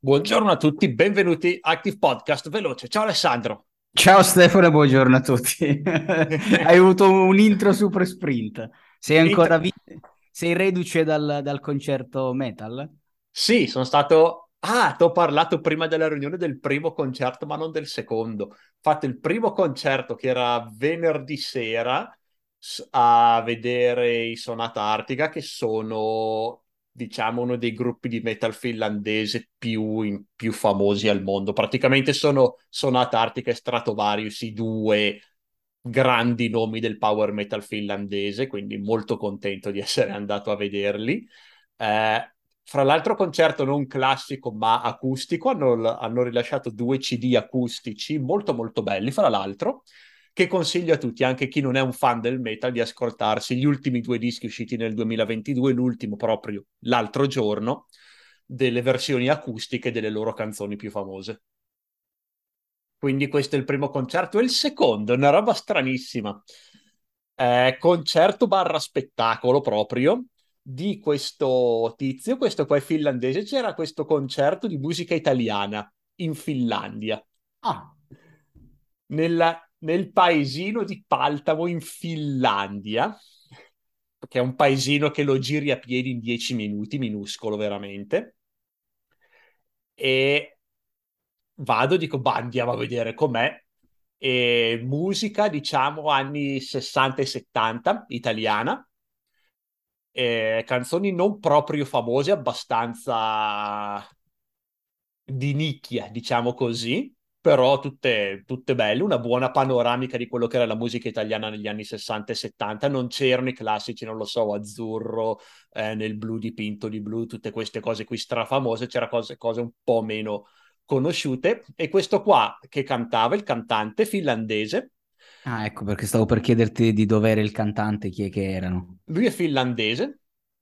Buongiorno a tutti, benvenuti a Active Podcast Veloce. Ciao Alessandro. Ciao Stefano e buongiorno a tutti. Hai avuto un intro super sprint. Sei ancora Inter- vi- Sei reduce dal concerto metal? Sì, sono stato... Ah, ti ho parlato prima della riunione del primo concerto, ma non del secondo. Ho fatto il primo concerto che era venerdì sera a vedere i Sonata Arctica, che sono, diciamo, uno dei gruppi di metal finlandese più famosi al mondo. Praticamente sono Sonata Arctica e Stratovarius, i due grandi nomi del power metal finlandese, quindi molto contento di essere andato a vederli. Fra l'altro concerto non classico ma acustico, hanno rilasciato due CD acustici molto molto belli, fra l'altro, che consiglio a tutti, anche chi non è un fan del metal, di ascoltarsi gli ultimi due dischi usciti nel 2022, l'ultimo proprio l'altro giorno, delle versioni acustiche delle loro canzoni più famose. Quindi questo è il primo concerto. E il secondo, una roba stranissima. Concerto barra spettacolo proprio di questo tizio, questo qua è finlandese. C'era questo concerto di musica italiana in Finlandia, Ah, nel paesino di Paltamo in Finlandia, che è un paesino che lo giri a piedi in 10 minuti, minuscolo veramente. E vado, dico, bah, andiamo a vedere com'è. E musica, diciamo, anni 60 e 70, italiana. Canzoni non proprio famose, abbastanza di nicchia, diciamo così, però tutte belle, una buona panoramica di quello che era la musica italiana negli anni 60 e 70. Non c'erano i classici, non lo so, Azzurro, nel blu dipinto di blu, tutte queste cose qui strafamose, c'era cose un po' meno conosciute. E questo qua che cantava, il cantante finlandese, ecco perché stavo per chiederti di dov'era il cantante, chi è che erano. lui è finlandese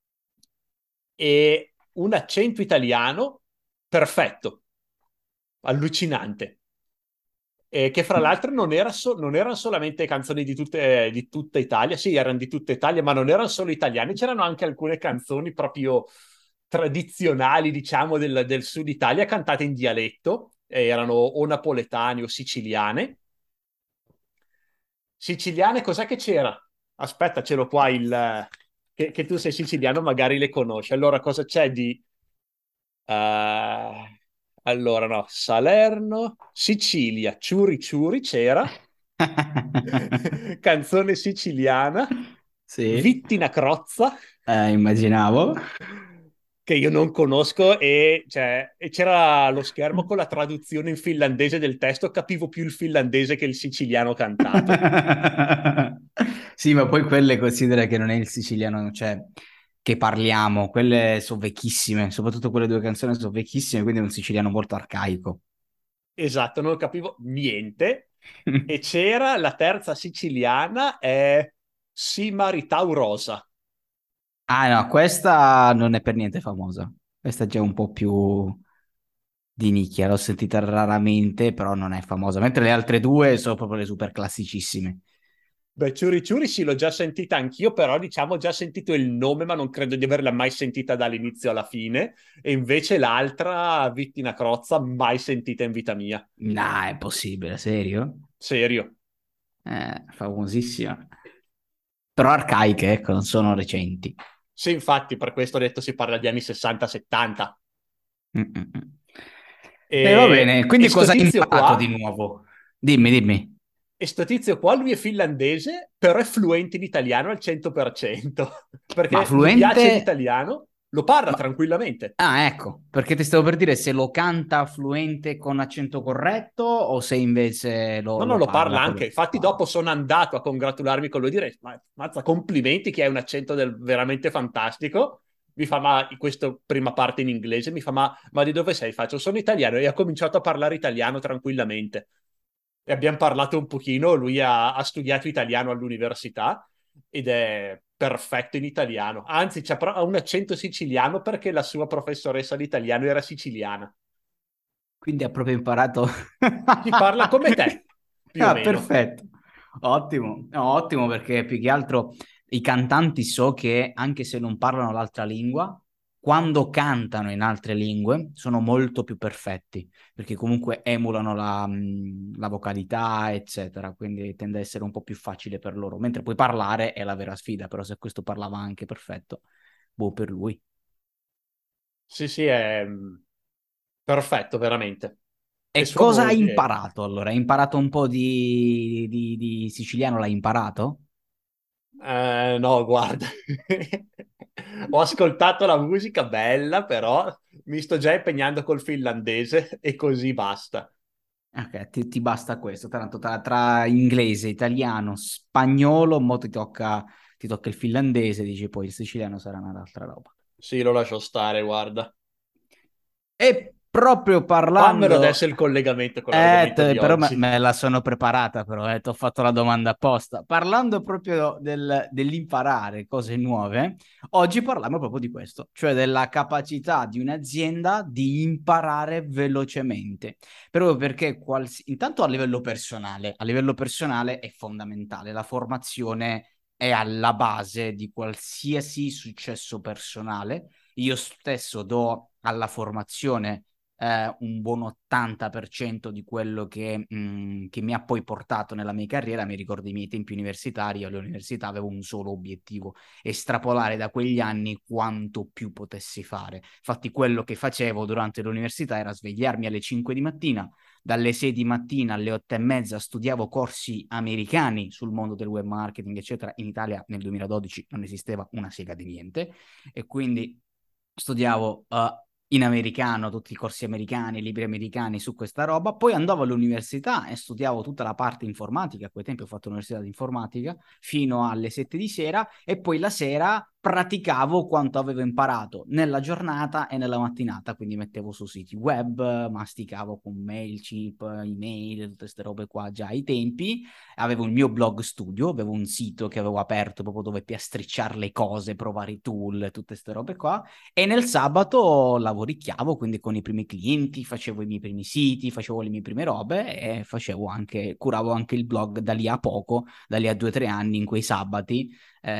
e un accento italiano perfetto, allucinante. Che fra l'altro non erano solamente canzoni di tutta Italia, sì, erano di tutta Italia, ma non erano solo italiane, c'erano anche alcune canzoni proprio tradizionali, diciamo, del sud Italia, cantate in dialetto, erano o napoletane o siciliane. Siciliane, cos'è che c'era? Aspetta, ce l'ho qua che tu sei siciliano, magari le conosci. Allora, cosa c'è di... allora, no, Salerno, Sicilia, Ciuri Ciuri c'era, canzone siciliana, Sì, Vittina Crozza, immaginavo. che io non conosco, e c'era lo schermo con la traduzione in finlandese del testo, capivo più il finlandese che il siciliano cantato. Sì, ma poi quelle considera che non è il siciliano, cioè, che parliamo, quelle sono vecchissime, soprattutto quelle due canzoni sono vecchissime, quindi è un siciliano molto arcaico. Esatto, non capivo niente. E c'era la terza siciliana, è Simaritau Rosa. Ah no, questa non è per niente famosa. Questa è già un po' più di nicchia, l'ho sentita raramente, però non è famosa. Mentre le altre due sono proprio le super classicissime. Beh, Ciuri Ciuri sì, l'ho già sentita anch'io, però diciamo ho già sentito il nome, ma non credo di averla mai sentita dall'inizio alla fine. E invece l'altra, Vittina Crozza, mai sentita in vita mia. No, è possibile, serio? Serio. Famosissima. Però arcaiche, ecco, non sono recenti. Sì, infatti, per questo ho detto si parla di anni 60-70. Mm. Va E, bene, e quindi sto cosa hai tizio imparato di qua, nuovo? Dimmi, dimmi. e sto tizio qua, lui è finlandese, però è fluente in italiano al 100%, Ma perché gli piace fluente? l'italiano, lo parla Ma... tranquillamente. Ah, ecco, perché ti stavo per dire se lo canta fluente con accento corretto o se invece No, no, lo lo parla parla come anche. Infatti, parla. dopo sono andato a congratularmi con lui e dire: Mazza, complimenti che hai un accento veramente fantastico. Mi fa, ma questa prima parte in inglese, mi fa, ma di dove sei? Faccio, sono italiano e ha cominciato a parlare italiano tranquillamente. E abbiamo parlato un pochino. Lui ha studiato italiano all'università ed è perfetto in italiano. Anzi, ha un accento siciliano perché la sua professoressa di italiano era siciliana. Quindi ha proprio imparato. Si parla come te, più o Ah, meno. perfetto. Ottimo. No, ottimo perché più che altro i cantanti so che anche se non parlano l'altra lingua, quando cantano in altre lingue sono molto più perfetti, perché comunque emulano la vocalità, eccetera, quindi tende a essere un po' più facile per loro, mentre poi parlare è la vera sfida, però se questo parlava anche perfetto, boh per lui. Sì, sì, è perfetto, veramente. E E sua cosa hai moglie? imparato allora? Hai imparato un po' di siciliano, l'hai imparato? No, guarda, ho ascoltato la musica bella, però mi sto già impegnando col finlandese e così basta. Ok, ti basta questo, tanto tra inglese, italiano, spagnolo, mo ti tocca il finlandese, dici poi il siciliano sarà un'altra roba. Sì, lo lascio stare, guarda. E proprio Fammelo parlando, adesso il collegamento con l'argomento di però oggi. me la sono preparata, però ti ho fatto la domanda apposta. Parlando proprio dell'imparare cose nuove, oggi parliamo proprio di questo, cioè della capacità di un'azienda di imparare velocemente. Proprio perché intanto a livello personale è fondamentale, la formazione è alla base di qualsiasi successo personale. Io stesso do alla formazione un buon 80% di quello che mi ha poi portato nella mia carriera. Mi ricordo i miei tempi universitari, all'università avevo un solo obiettivo: estrapolare da quegli anni quanto più potessi fare. Infatti quello che facevo durante l'università era svegliarmi alle 5 di mattina, dalle 6 di mattina alle 8 e mezza studiavo corsi americani sul mondo del web marketing, eccetera. In Italia nel 2012 non esisteva una sega di niente e quindi studiavo in americano, tutti i corsi americani, i libri americani su questa roba. Poi andavo all'università e studiavo tutta la parte informatica. A quei tempi ho fatto l'università di informatica fino alle 7 di sera e poi la sera praticavo quanto avevo imparato nella giornata e nella mattinata, quindi mettevo su siti web, masticavo con Mailchimp, email, tutte queste robe qua già ai tempi. Avevo il mio blog studio, avevo un sito che avevo aperto proprio dove piastricciare le cose, provare i tool, tutte queste robe qua. E nel sabato lavoricchiavo, quindi con i primi clienti, facevo i miei primi siti, facevo le mie prime robe e curavo anche il blog da lì a poco, da lì a 2 o 3 anni in quei sabati,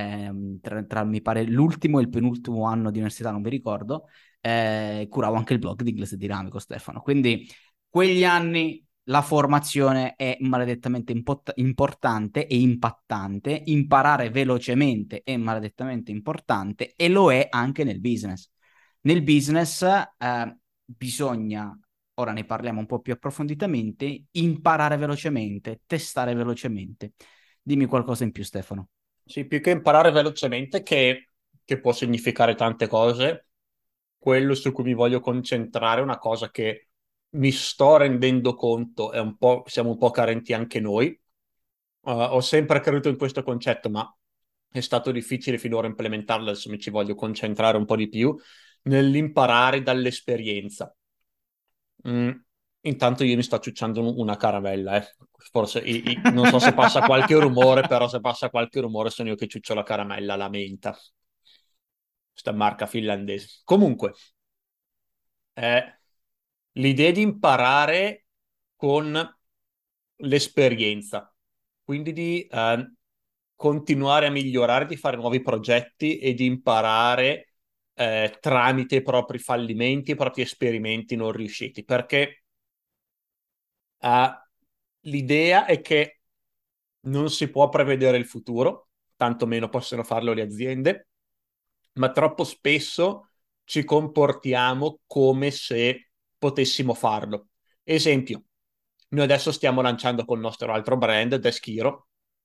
mi pare l'ultimo e il penultimo anno di università, non mi ricordo, curavo anche il blog di Inglese Dinamico, Stefano. Quindi quegli anni la formazione è maledettamente importante e impattante, imparare velocemente è maledettamente importante e lo è anche nel business. Nel business bisogna, ora ne parliamo un po' più approfonditamente, imparare velocemente, testare velocemente. Dimmi qualcosa in più, Stefano. Sì, più che imparare velocemente, che può significare tante cose, quello su cui mi voglio concentrare è una cosa che mi sto rendendo conto, siamo un po' carenti anche noi. Ho sempre creduto in questo concetto, ma è stato difficile finora implementarlo, adesso mi ci voglio concentrare un po' di più nell'imparare dall'esperienza. Mm, Intanto io mi sto ciucciando una caramella, eh. Forse non so se passa qualche rumore, però se passa qualche rumore sono io che ciuccio la caramella alla menta. Questa marca finlandese. Comunque, eh, l'idea di imparare con l'esperienza, quindi di continuare a migliorare, di fare nuovi progetti e di imparare tramite i propri fallimenti, i propri esperimenti non riusciti, perché l'idea è che non si può prevedere il futuro, tantomeno possono farlo le aziende, ma troppo spesso ci comportiamo come se potessimo farlo. Esempio, noi adesso stiamo lanciando col nostro altro brand, Deschiro,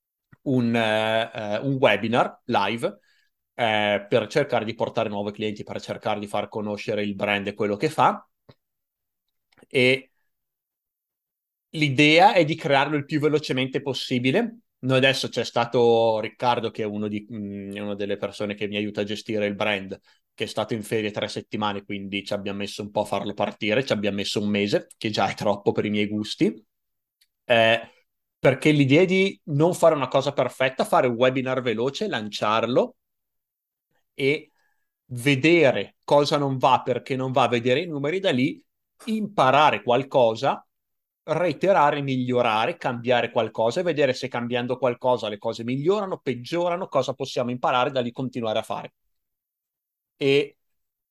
un webinar live per cercare di portare nuovi clienti, per cercare di far conoscere il brand e quello che fa. E l'idea è di crearlo il più velocemente possibile. Noi adesso c'è stato Riccardo, che è è una delle persone che mi aiuta a gestire il brand, che è stato in ferie 3 settimane, quindi ci abbiamo messo un po' a farlo partire, ci abbiamo messo un mese, che già è troppo per i miei gusti. Eh, Perché l'idea è di non fare una cosa perfetta, fare un webinar veloce, lanciarlo e vedere cosa non va, perché non va, vedere i numeri da lì, imparare qualcosa, reiterare, migliorare, cambiare qualcosa e vedere se cambiando qualcosa le cose migliorano, peggiorano, cosa possiamo imparare da lì continuare a fare. E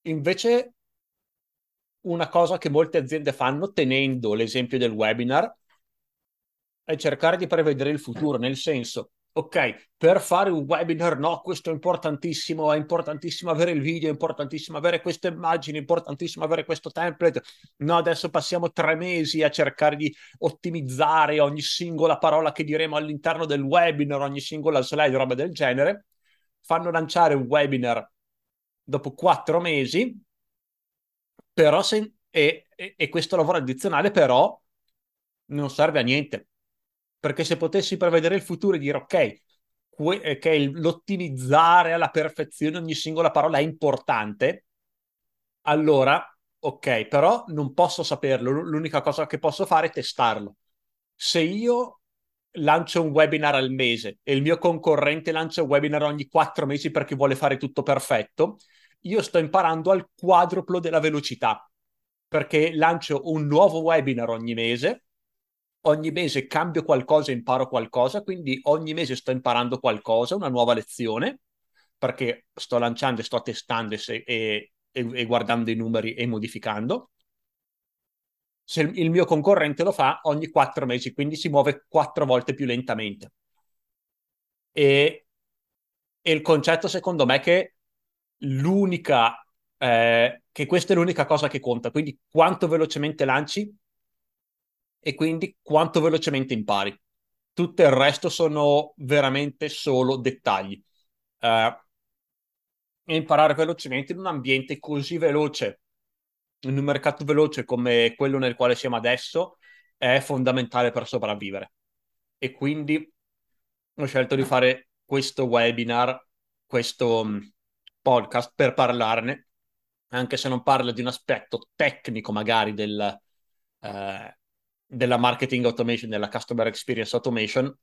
Invece una cosa che molte aziende fanno, tenendo l'esempio del webinar, è cercare di prevedere il futuro, nel senso, ok, per fare un webinar, no, questo è importantissimo avere il video, è importantissimo avere queste immagini, è importantissimo avere questo template. No, adesso passiamo 3 mesi a cercare di ottimizzare ogni singola parola che diremo all'interno del webinar, ogni singola slide, roba del genere. Fanno lanciare un webinar dopo 4 mesi, però e questo lavoro addizionale però non serve a niente, perché se potessi prevedere il futuro e dire ok, che l'ottimizzare alla perfezione ogni singola parola è importante, allora ok, però non posso saperlo, l'unica cosa che posso fare è testarlo. Se io lancio un webinar al mese e il mio concorrente lancia un webinar ogni 4 mesi perché vuole fare tutto perfetto, io sto imparando al quadruplo della velocità, perché lancio un nuovo webinar ogni mese cambio qualcosa, imparo qualcosa, quindi ogni mese sto imparando qualcosa, una nuova lezione, perché sto lanciando e sto testando e guardando i numeri e modificando. Se il mio concorrente lo fa ogni 4 mesi, quindi si muove 4 volte più lentamente. E, e il concetto, secondo me, è che che questa è l'unica cosa che conta, quindi quanto velocemente lanci e quindi quanto velocemente impari. Tutto il resto sono veramente solo dettagli. E imparare velocemente in un ambiente così veloce, in un mercato veloce come quello nel quale siamo adesso, è fondamentale per sopravvivere. E quindi ho scelto di fare questo webinar, questo podcast per parlarne, anche se non parla di un aspetto tecnico magari eh, della marketing automation, della customer experience automation,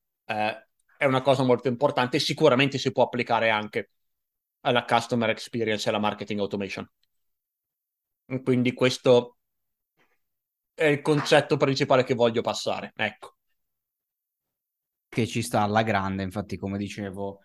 è una cosa molto importante e sicuramente si può applicare anche alla customer experience e alla marketing automation. Quindi questo è il concetto principale che voglio passare. Ecco. Che ci sta alla grande, infatti, come dicevo,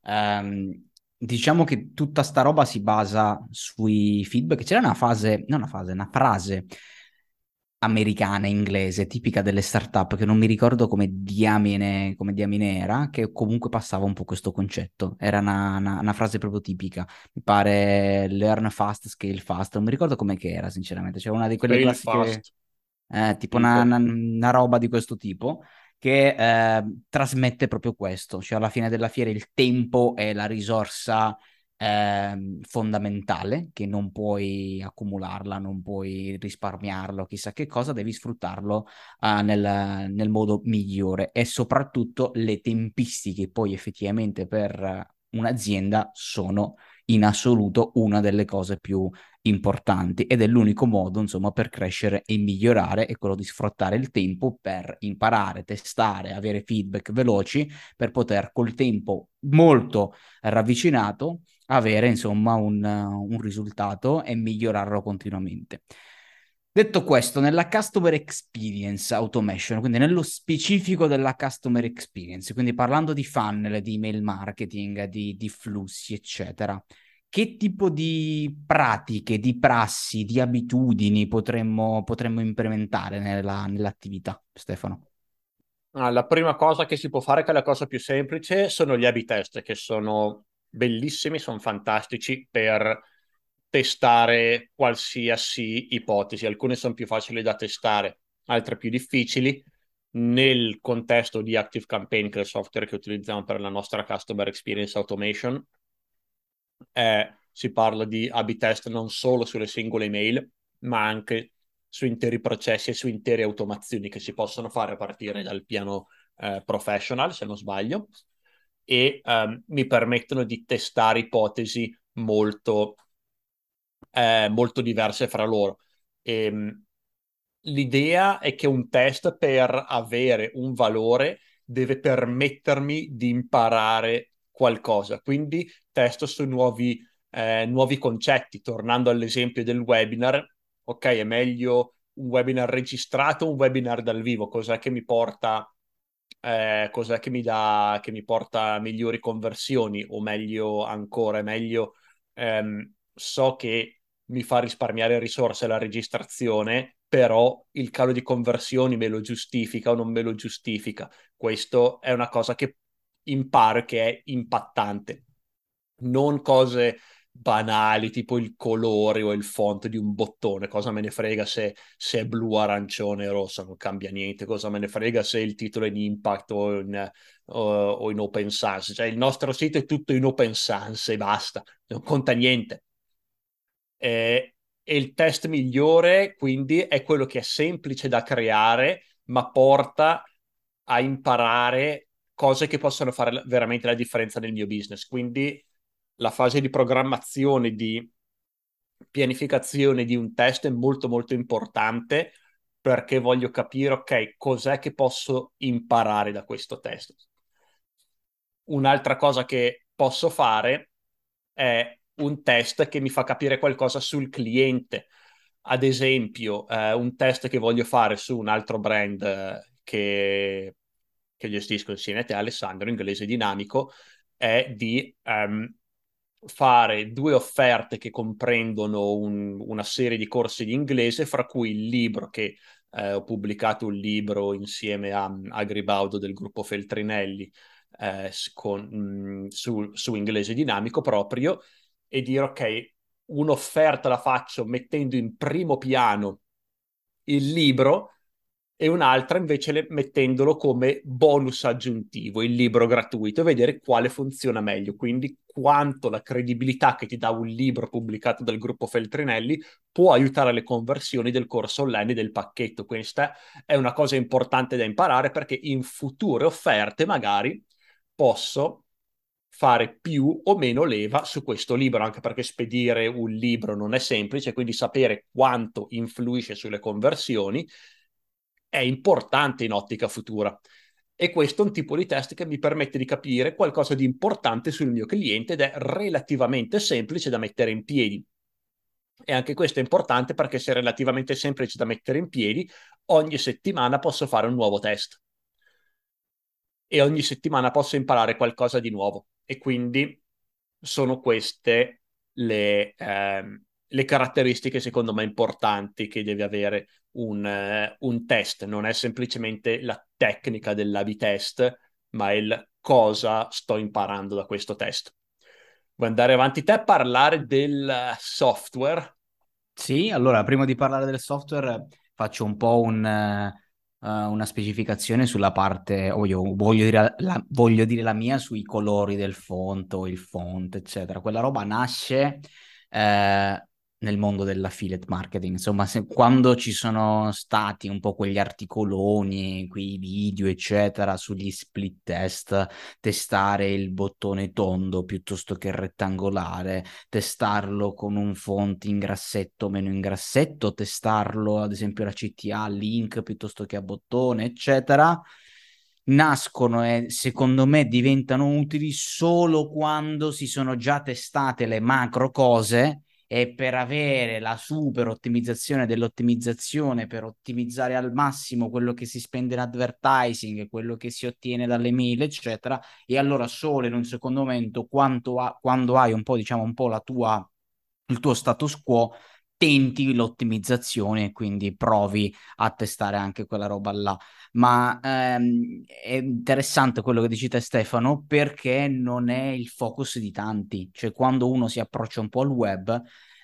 diciamo che tutta sta roba si basa sui feedback. C'era una fase, non una fase, una frase americana, inglese, tipica delle startup, che non mi ricordo come diamine era, che comunque passava un po' questo concetto. Era una frase proprio tipica. Mi pare learn fast, scale fast. Non mi ricordo come che era, sinceramente. C'era una di quelle Fail classiche, fast, tipo tipo. una roba di questo tipo che trasmette proprio questo, cioè alla fine della fiera il tempo è la risorsa fondamentale, che non puoi accumularla, non puoi risparmiarlo, chissà che cosa, devi sfruttarlo nel modo migliore e soprattutto le tempistiche poi effettivamente per un'azienda sono in assoluto una delle cose più importanti ed è l'unico modo, insomma, per crescere e migliorare è quello di sfruttare il tempo per imparare, testare, avere feedback veloci per poter col tempo molto ravvicinato avere, insomma, un risultato e migliorarlo continuamente. Detto questo, nella customer experience automation, quindi nello specifico della customer experience, quindi parlando di funnel, di email marketing, di flussi, eccetera, che tipo di pratiche, di prassi, di abitudini potremmo implementare nell'attività, Stefano? La prima cosa che si può fare, che è la cosa più semplice, sono gli A/B test, che sono bellissimi, sono fantastici per testare qualsiasi ipotesi. Alcune sono più facili da testare, altre più difficili. Nel contesto di ActiveCampaign, che è il software che utilizziamo per la nostra Customer Experience Automation, si parla di A/B test non solo sulle singole email, ma anche su interi processi e su intere automazioni che si possono fare a partire dal piano professional, se non sbaglio, e mi permettono di testare ipotesi molto diverse fra loro. L'idea è che un test, per avere un valore, deve permettermi di imparare qualcosa. Quindi testo su nuovi concetti. Tornando all'esempio del webinar, ok, è meglio un webinar registrato o un webinar dal vivo? Cos'è che mi che mi porta migliori conversioni? O meglio ancora, è meglio so che mi fa risparmiare risorse la registrazione, però il calo di conversioni me lo giustifica o non me lo giustifica. Questo è una cosa che imparo che è impattante. Non cose banali, tipo il colore o il font di un bottone. Cosa me ne frega se è blu, arancione, rosso, non cambia niente. Cosa me ne frega se il titolo è in Impact o in Open Sans. Cioè, il nostro sito è tutto in Open Sans e basta, non conta niente. E il test migliore, quindi, è quello che è semplice da creare, ma porta a imparare cose che possono fare veramente la differenza nel mio business. Quindi la fase di programmazione, di pianificazione di un test è molto molto importante perché voglio capire, ok, cos'è che posso imparare da questo test. Un'altra cosa che posso fare è un test che mi fa capire qualcosa sul cliente. Ad esempio, un test che voglio fare su un altro brand che gestisco insieme a te, Alessandro, inglese dinamico, è di fare due offerte che comprendono una serie di corsi di inglese, fra cui il libro che ho pubblicato un libro insieme a Gribaudo del gruppo Feltrinelli su inglese dinamico proprio, e dire ok, un'offerta la faccio mettendo in primo piano il libro e un'altra invece mettendolo come bonus aggiuntivo, il libro gratuito, e vedere quale funziona meglio. Quindi quanto la credibilità che ti dà un libro pubblicato dal gruppo Feltrinelli può aiutare le conversioni del corso online del pacchetto. Questa è una cosa importante da imparare perché in future offerte magari posso fare più o meno leva su questo libro, anche perché spedire un libro non è semplice, quindi sapere quanto influisce sulle conversioni è importante in ottica futura. E questo è un tipo di test che mi permette di capire qualcosa di importante sul mio cliente ed è relativamente semplice da mettere in piedi. E anche questo è importante perché se è relativamente semplice da mettere in piedi, ogni settimana posso fare un nuovo test e ogni settimana posso imparare qualcosa di nuovo. E quindi sono queste le caratteristiche, secondo me, importanti che deve avere un test. Non è semplicemente la tecnica dell'A/B test, ma il cosa sto imparando da questo test. Vuoi andare avanti te a parlare del software? Sì, allora prima di parlare del software faccio un po' una specificazione sulla parte, voglio dire la mia sui colori del font o il font, eccetera. Quella roba nasce nel mondo dell'affiliate marketing. Insomma, quando ci sono stati un po' quegli articoloni, quei video, eccetera, sugli split test, testare il bottone tondo piuttosto che rettangolare, testarlo con un font in grassetto o meno in grassetto, testarlo ad esempio la CTA, link piuttosto che a bottone, eccetera, nascono e secondo me diventano utili solo quando si sono già testate le macro cose e per avere la super ottimizzazione dell'ottimizzazione, per ottimizzare al massimo quello che si spende in advertising, quello che si ottiene dalle mail, eccetera, e allora solo in un secondo momento, quando hai un po', diciamo, un po' il tuo status quo, tenti l'ottimizzazione e quindi provi a testare anche quella roba là. Ma è interessante quello che dici te, Stefano, perché non è il focus di tanti. Cioè, quando uno si approccia un po' al web,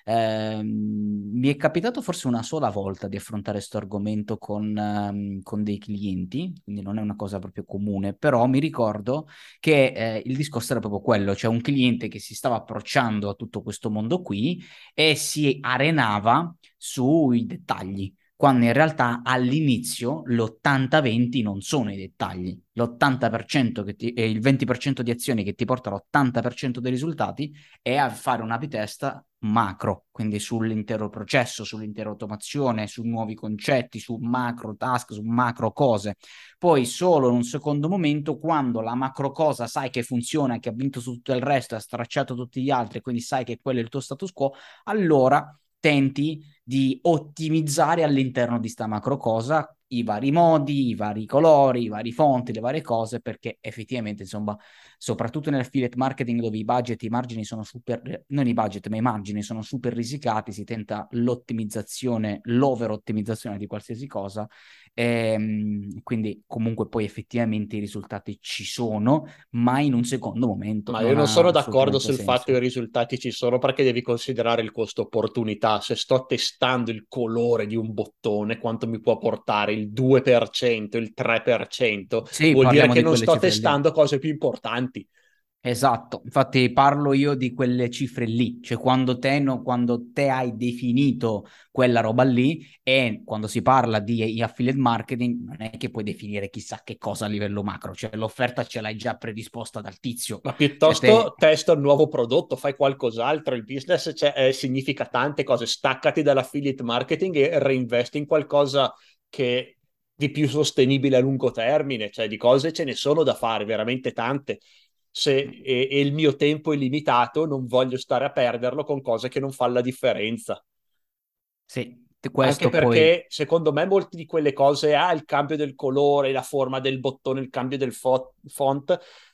mi è capitato forse una sola volta di affrontare questo argomento con dei clienti, quindi non è una cosa proprio comune, però mi ricordo che il discorso era proprio quello, cioè un cliente che si stava approcciando a tutto questo mondo qui e si arenava sui dettagli, quando in realtà all'inizio l'80-20 non sono i dettagli. L'80% e il 20% di azioni che ti porta all'80% dei risultati è a fare una test macro, quindi sull'intero processo, sull'intera automazione, su nuovi concetti, su macro task, su macro cose. Poi solo in un secondo momento, quando la macro cosa sai che funziona, che ha vinto su tutto il resto, ha stracciato tutti gli altri, quindi sai che quello è il tuo status quo, allora tenti di ottimizzare all'interno di sta macro cosa i vari modi, i vari colori, i vari fonti, le varie cose, perché effettivamente, insomma, soprattutto nell'affiliate marketing dove i budget, i margini sono super, non i budget, ma i margini sono super risicati, si tenta l'ottimizzazione, l'over-ottimizzazione di qualsiasi cosa, quindi comunque poi effettivamente i risultati ci sono, ma in un secondo momento Ma io non non ha sono d'accordo assolutamente sul fatto che i senso. risultati ci sono perché devi considerare il costo opportunità. Se sto testando il colore di un bottone, quanto mi può portare il 2%, il 3%, Sì, vuol dire parliamo che di non quelle sto cifre lì. testando cose più importanti. Esatto, infatti parlo io di quelle cifre lì, cioè quando te, quando te hai definito quella roba lì e quando si parla di affiliate marketing non è che puoi definire chissà che cosa a livello macro, cioè l'offerta ce l'hai già predisposta dal tizio, Ma cioè te... piuttosto testa un nuovo prodotto, fai qualcos'altro. Il business significa tante cose. Staccati dall'affiliate marketing e reinvesti in qualcosa che di più sostenibile a lungo termine. Cioè, di cose ce ne sono da fare, veramente tante. E il mio tempo è limitato, non voglio stare a perderlo con cose che non fanno la differenza. Sì, Anche questo poi... perché secondo me molte di quelle cose, il cambio del colore, la forma del bottone, il cambio del font,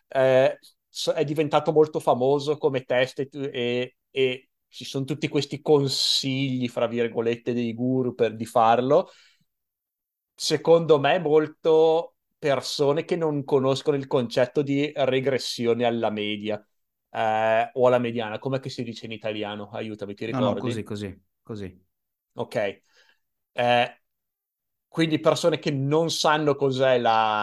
è diventato molto famoso come test e ci sono tutti questi consigli, fra virgolette, dei guru di farlo. Secondo me molto persone che non conoscono il concetto di regressione alla media, o alla mediana, come si dice in italiano? Aiutami, ti No, no, ricordi? così, così, così. Ok. Eh, quindi persone che non sanno cos'è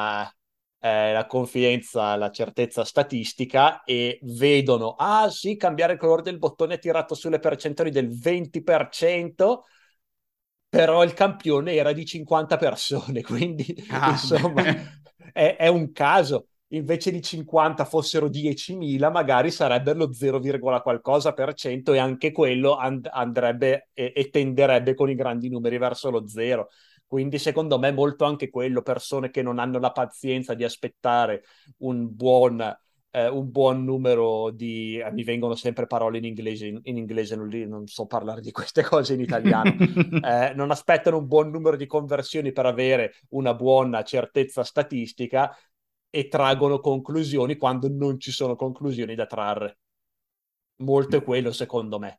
la confidenza, la certezza statistica e vedono, ah sì, cambiare il colore del bottone ha tirato sulle percentuali del 20%, però il campione era di 50 persone, quindi Ah, insomma è un caso. Invece di 50 fossero 10.000, magari sarebbe lo 0, qualcosa per cento e anche quello andrebbe e tenderebbe con i grandi numeri verso lo zero. Quindi secondo me molto anche quello, persone che non hanno la pazienza di aspettare un buon numero di... mi vengono sempre parole in inglese non so parlare di queste cose in italiano. Non aspettano un buon numero di conversioni per avere una buona certezza statistica e traggono conclusioni quando non ci sono conclusioni da trarre. Molto è quello, secondo me.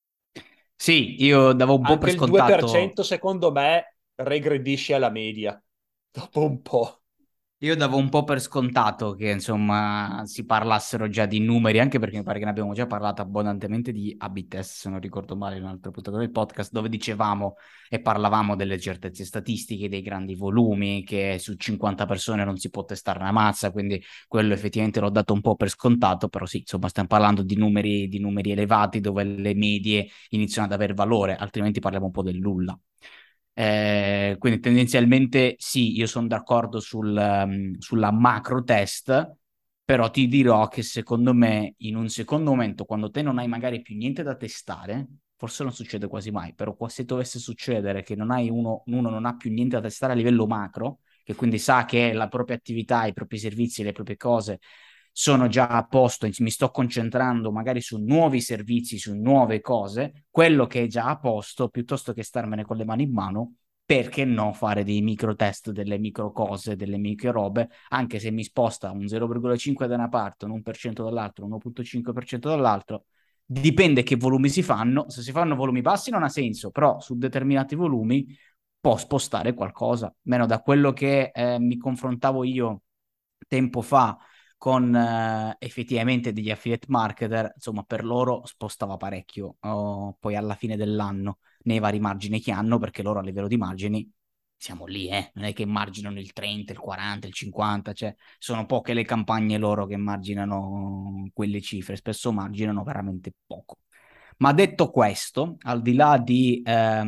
Sì, io davo un po' per Anche il scontato. 2%, secondo me, regredisce alla media dopo un po'. Io davo un po' per scontato che insomma si parlassero già di numeri, anche perché mi pare che ne abbiamo già parlato abbondantemente di A/B test, se non ricordo male, in un'altra puntata del podcast, dove dicevamo e parlavamo delle certezze statistiche, dei grandi volumi, che su 50 persone non si può testare una mazza, quindi quello effettivamente l'ho dato un po' per scontato, però sì, insomma stiamo parlando di numeri elevati dove le medie iniziano ad aver valore, altrimenti parliamo un po' del nulla. Quindi tendenzialmente sì, io sono d'accordo sulla macro test, però ti dirò che secondo me in un secondo momento, quando te non hai magari più niente da testare, forse non succede quasi mai, però se dovesse succedere che non hai uno non ha più niente da testare a livello macro, che quindi sa che la propria attività, i propri servizi, le proprie cose sono già a posto, mi sto concentrando magari su nuovi servizi, su nuove cose, quello che è già a posto, piuttosto che starmene con le mani in mano, perché no fare dei micro test, delle micro cose, delle micro robe, anche se mi sposta un 0,5 da una parte, un 1% dall'altro, un 1,5% dall'altro, dipende che volumi si fanno, se si fanno volumi bassi non ha senso, però su determinati volumi può spostare qualcosa, meno da quello che mi confrontavo io tempo fa con effettivamente degli affiliate marketer, insomma, per loro spostava parecchio poi alla fine dell'anno nei vari margini che hanno, perché loro a livello di margini siamo lì, non è che marginano il 30, il 40, il 50, cioè sono poche le campagne loro che marginano quelle cifre, spesso marginano veramente poco. Ma detto questo, al di là di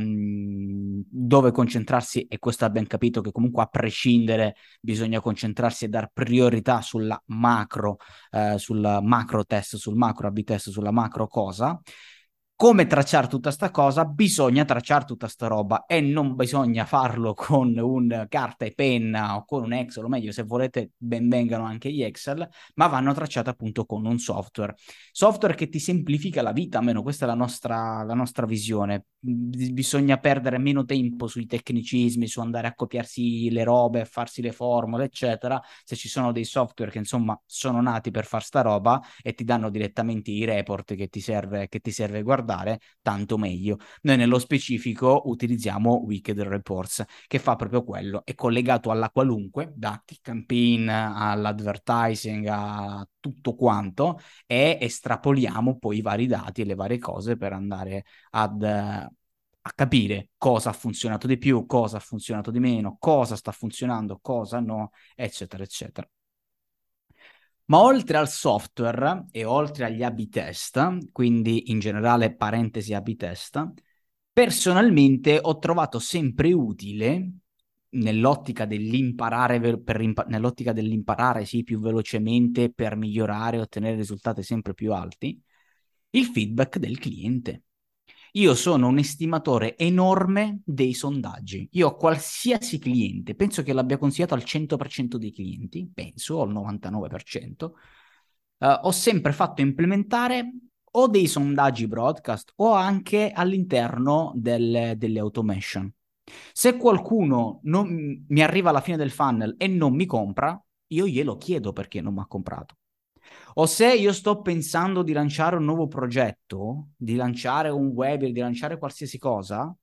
dove concentrarsi, e questo abbiamo capito che comunque a prescindere bisogna concentrarsi e dar priorità sul macro test, sul macro A/B test, sulla macro cosa. Come tracciare tutta sta cosa? Bisogna tracciare tutta sta roba e non bisogna farlo con un carta e penna o con un Excel, o meglio, se volete ben vengano anche gli Excel, ma vanno tracciate appunto con un software. Software che ti semplifica la vita, almeno questa è la nostra visione. Bisogna perdere meno tempo sui tecnicismi, su andare a copiarsi le robe, a farsi le formule, eccetera. Se ci sono dei software che insomma sono nati per far sta roba e ti danno direttamente i report che ti serve guardare, tanto meglio. Noi nello specifico utilizziamo Wicked Reports, che fa proprio quello, è collegato alla qualunque, da campaign all'advertising, a tutto quanto, e estrapoliamo poi i vari dati e le varie cose per andare a capire cosa ha funzionato di più, cosa ha funzionato di meno, cosa sta funzionando, cosa no, eccetera, eccetera. Ma oltre al software e oltre agli A/B test, quindi in generale parentesi A/B test, personalmente ho trovato sempre utile, nell'ottica dell'imparare, nell'ottica dell'imparare sì, più velocemente per migliorare e ottenere risultati sempre più alti, il feedback del cliente. Io sono un estimatore enorme dei sondaggi. Io a qualsiasi cliente, penso che l'abbia consigliato al 100% dei clienti, penso, o al 99%, ho sempre fatto implementare o dei sondaggi broadcast o anche all'interno delle automation. Se qualcuno mi arriva alla fine del funnel e non mi compra, io glielo chiedo perché non mi ha comprato. O se io sto pensando di lanciare un nuovo progetto, di lanciare un webinar, di lanciare qualsiasi cosa,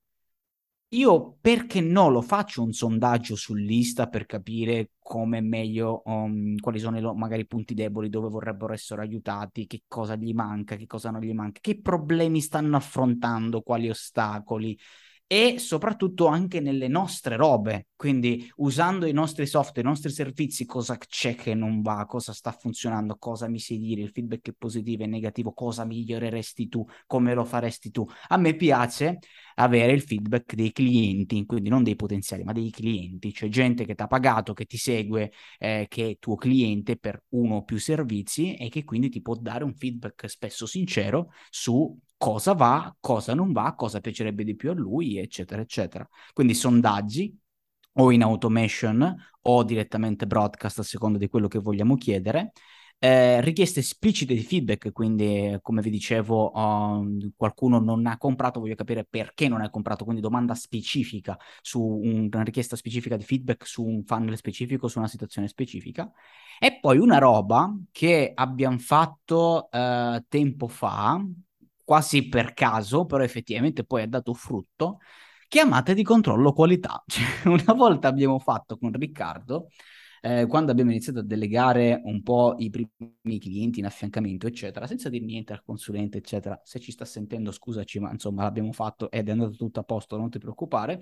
io perché no lo faccio un sondaggio sull'Insta per capire come è meglio, quali sono magari i punti deboli, dove vorrebbero essere aiutati, che cosa gli manca, che cosa non gli manca, che problemi stanno affrontando, quali ostacoli e soprattutto anche nelle nostre robe, quindi usando i nostri software, i nostri servizi, cosa c'è che non va, cosa sta funzionando, cosa mi sai dire, il feedback è positivo e negativo, cosa miglioreresti tu, come lo faresti tu. A me piace avere il feedback dei clienti, quindi non dei potenziali, ma dei clienti, cioè gente che ti ha pagato, che ti segue, che è tuo cliente per uno o più servizi e che quindi ti può dare un feedback spesso sincero su cosa va, cosa non va, cosa piacerebbe di più a lui, eccetera, eccetera. Quindi sondaggi o in automation o direttamente broadcast a seconda di quello che vogliamo chiedere. Richieste esplicite di feedback, quindi come vi dicevo, qualcuno non ha comprato, voglio capire perché non ha comprato, quindi domanda specifica su una richiesta specifica di feedback su un funnel specifico, su una situazione specifica. E poi una roba che abbiamo fatto tempo fa, quasi per caso, però effettivamente poi ha dato frutto, chiamate di controllo qualità. Cioè, una volta abbiamo fatto con Riccardo, quando abbiamo iniziato a delegare un po' i primi clienti in affiancamento, eccetera, senza dire niente al consulente, eccetera. Se ci sta sentendo, scusaci, ma insomma l'abbiamo fatto ed è andato tutto a posto, non ti preoccupare,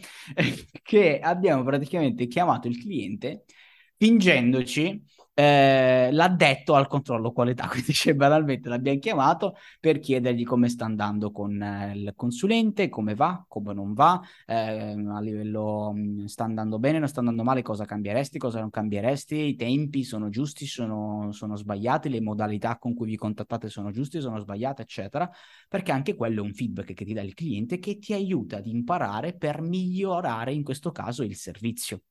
che abbiamo praticamente chiamato il cliente fingendoci l'addetto al controllo qualità, quindi cioè, banalmente l'abbiamo chiamato per chiedergli come sta andando con il consulente, come va, come non va, a livello sta andando bene, non sta andando male, cosa cambieresti, cosa non cambieresti, i tempi sono giusti, sono sbagliati, le modalità con cui vi contattate sono giuste, sono sbagliate, eccetera, perché anche quello è un feedback che ti dà il cliente che ti aiuta ad imparare per migliorare in questo caso il servizio.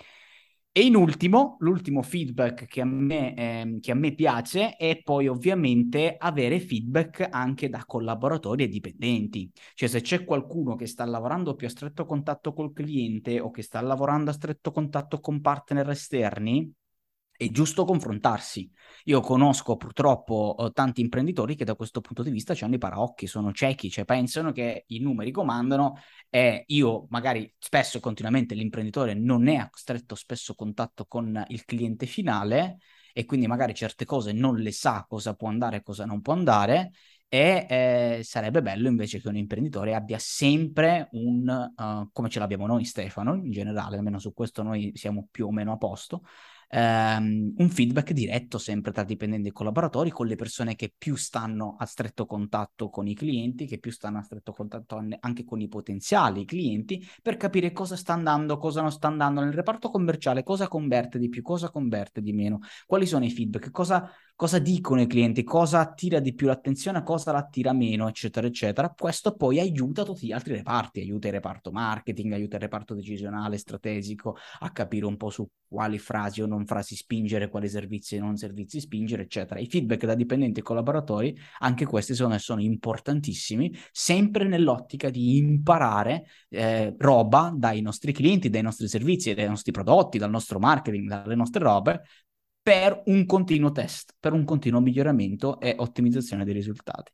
E in ultimo, l'ultimo feedback che a me piace è poi ovviamente avere feedback anche da collaboratori e dipendenti. Cioè se c'è qualcuno che sta lavorando più a stretto contatto col cliente o che sta lavorando a stretto contatto con partner esterni, è giusto confrontarsi. Io conosco purtroppo tanti imprenditori che da questo punto di vista hanno i paraocchi, sono ciechi, cioè pensano che i numeri comandano e io magari spesso e continuamente l'imprenditore non è a stretto spesso contatto con il cliente finale e quindi magari certe cose non le sa cosa può andare e cosa non può andare e sarebbe bello invece che un imprenditore abbia sempre come ce l'abbiamo noi Stefano in generale, almeno su questo noi siamo più o meno a posto, un feedback diretto sempre tra dipendenti e collaboratori, con le persone che più stanno a stretto contatto con i clienti, che più stanno a stretto contatto anche con i potenziali clienti, per capire cosa sta andando, cosa non sta andando nel reparto commerciale, cosa converte di più, cosa converte di meno, quali sono i feedback, cosa dicono i clienti, cosa attira di più l'attenzione, cosa l'attira meno, eccetera, eccetera. Questo poi aiuta tutti gli altri reparti, aiuta il reparto marketing, aiuta il reparto decisionale, strategico, a capire un po' su quali frasi o non frasi spingere, quali servizi e non servizi spingere, eccetera. I feedback da dipendenti e collaboratori, anche questi sono importantissimi, sempre nell'ottica di imparare roba dai nostri clienti, dai nostri servizi, dai nostri prodotti, dal nostro marketing, dalle nostre robe, per un continuo test, per un continuo miglioramento e ottimizzazione dei risultati.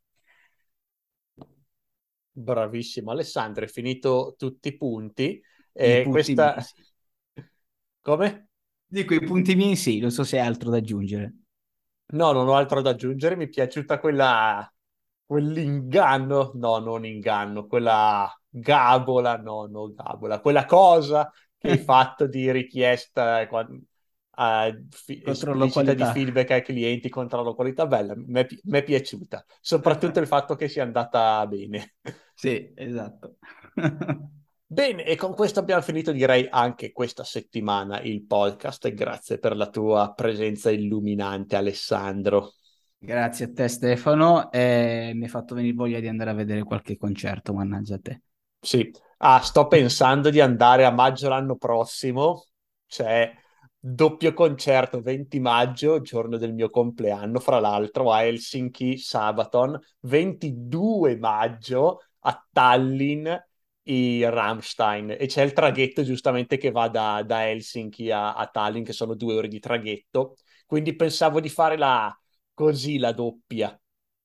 Bravissimo Alessandro, hai finito tutti i punti. I punti miei, Questa... sì. Come? Dico i punti miei, sì, non so se hai altro da aggiungere. No, non ho altro da aggiungere. Mi è piaciuta quell'inganno, no, non inganno, quella gabola, no, non gabola, quella cosa che hai fatto di richiesta Controllo esplicita di qualità. feedback ai clienti, controllo qualità bella. Mi è piaciuta, soprattutto il fatto che sia andata bene. Sì, esatto. Bene, e con questo abbiamo finito, direi, anche questa settimana il podcast e grazie per la tua presenza illuminante, Alessandro. Grazie a te Stefano, mi hai fatto venire voglia di andare a vedere qualche concerto, mannaggia a te. Sì, sto pensando di andare a maggio l'anno prossimo, c'è doppio concerto 20 maggio, giorno del mio compleanno, fra l'altro a Helsinki Sabaton, 22 maggio a Tallinn i Rammstein e c'è il traghetto giustamente che va da Helsinki a Tallinn, che sono 2 ore di traghetto, quindi pensavo di fare così la doppia.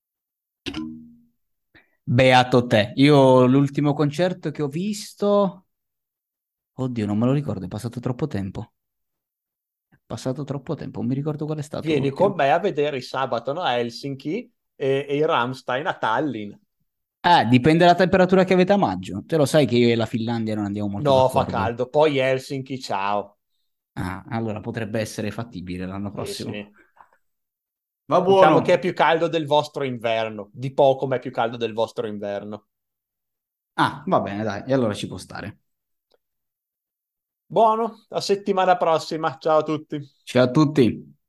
Beato te. Io l'ultimo concerto che ho visto, oddio, non me lo ricordo, è passato troppo tempo. È passato troppo tempo, non mi ricordo qual è stato Vieni con l'ultimo. me a vedere i Sabaton a Helsinki e i Rammstein a Tallinn. Dipende dalla temperatura che avete a maggio. Te lo sai che io e la Finlandia non andiamo molto No, fa d'accordo. caldo. Poi Helsinki, ciao. Allora potrebbe essere fattibile l'anno Sì, prossimo. sì. Va Diciamo che è buono. più caldo del vostro inverno. Di poco, ma è più caldo del vostro inverno. Va bene, dai, e allora ci può stare. Buono, a settimana prossima. Ciao a tutti. Ciao a tutti.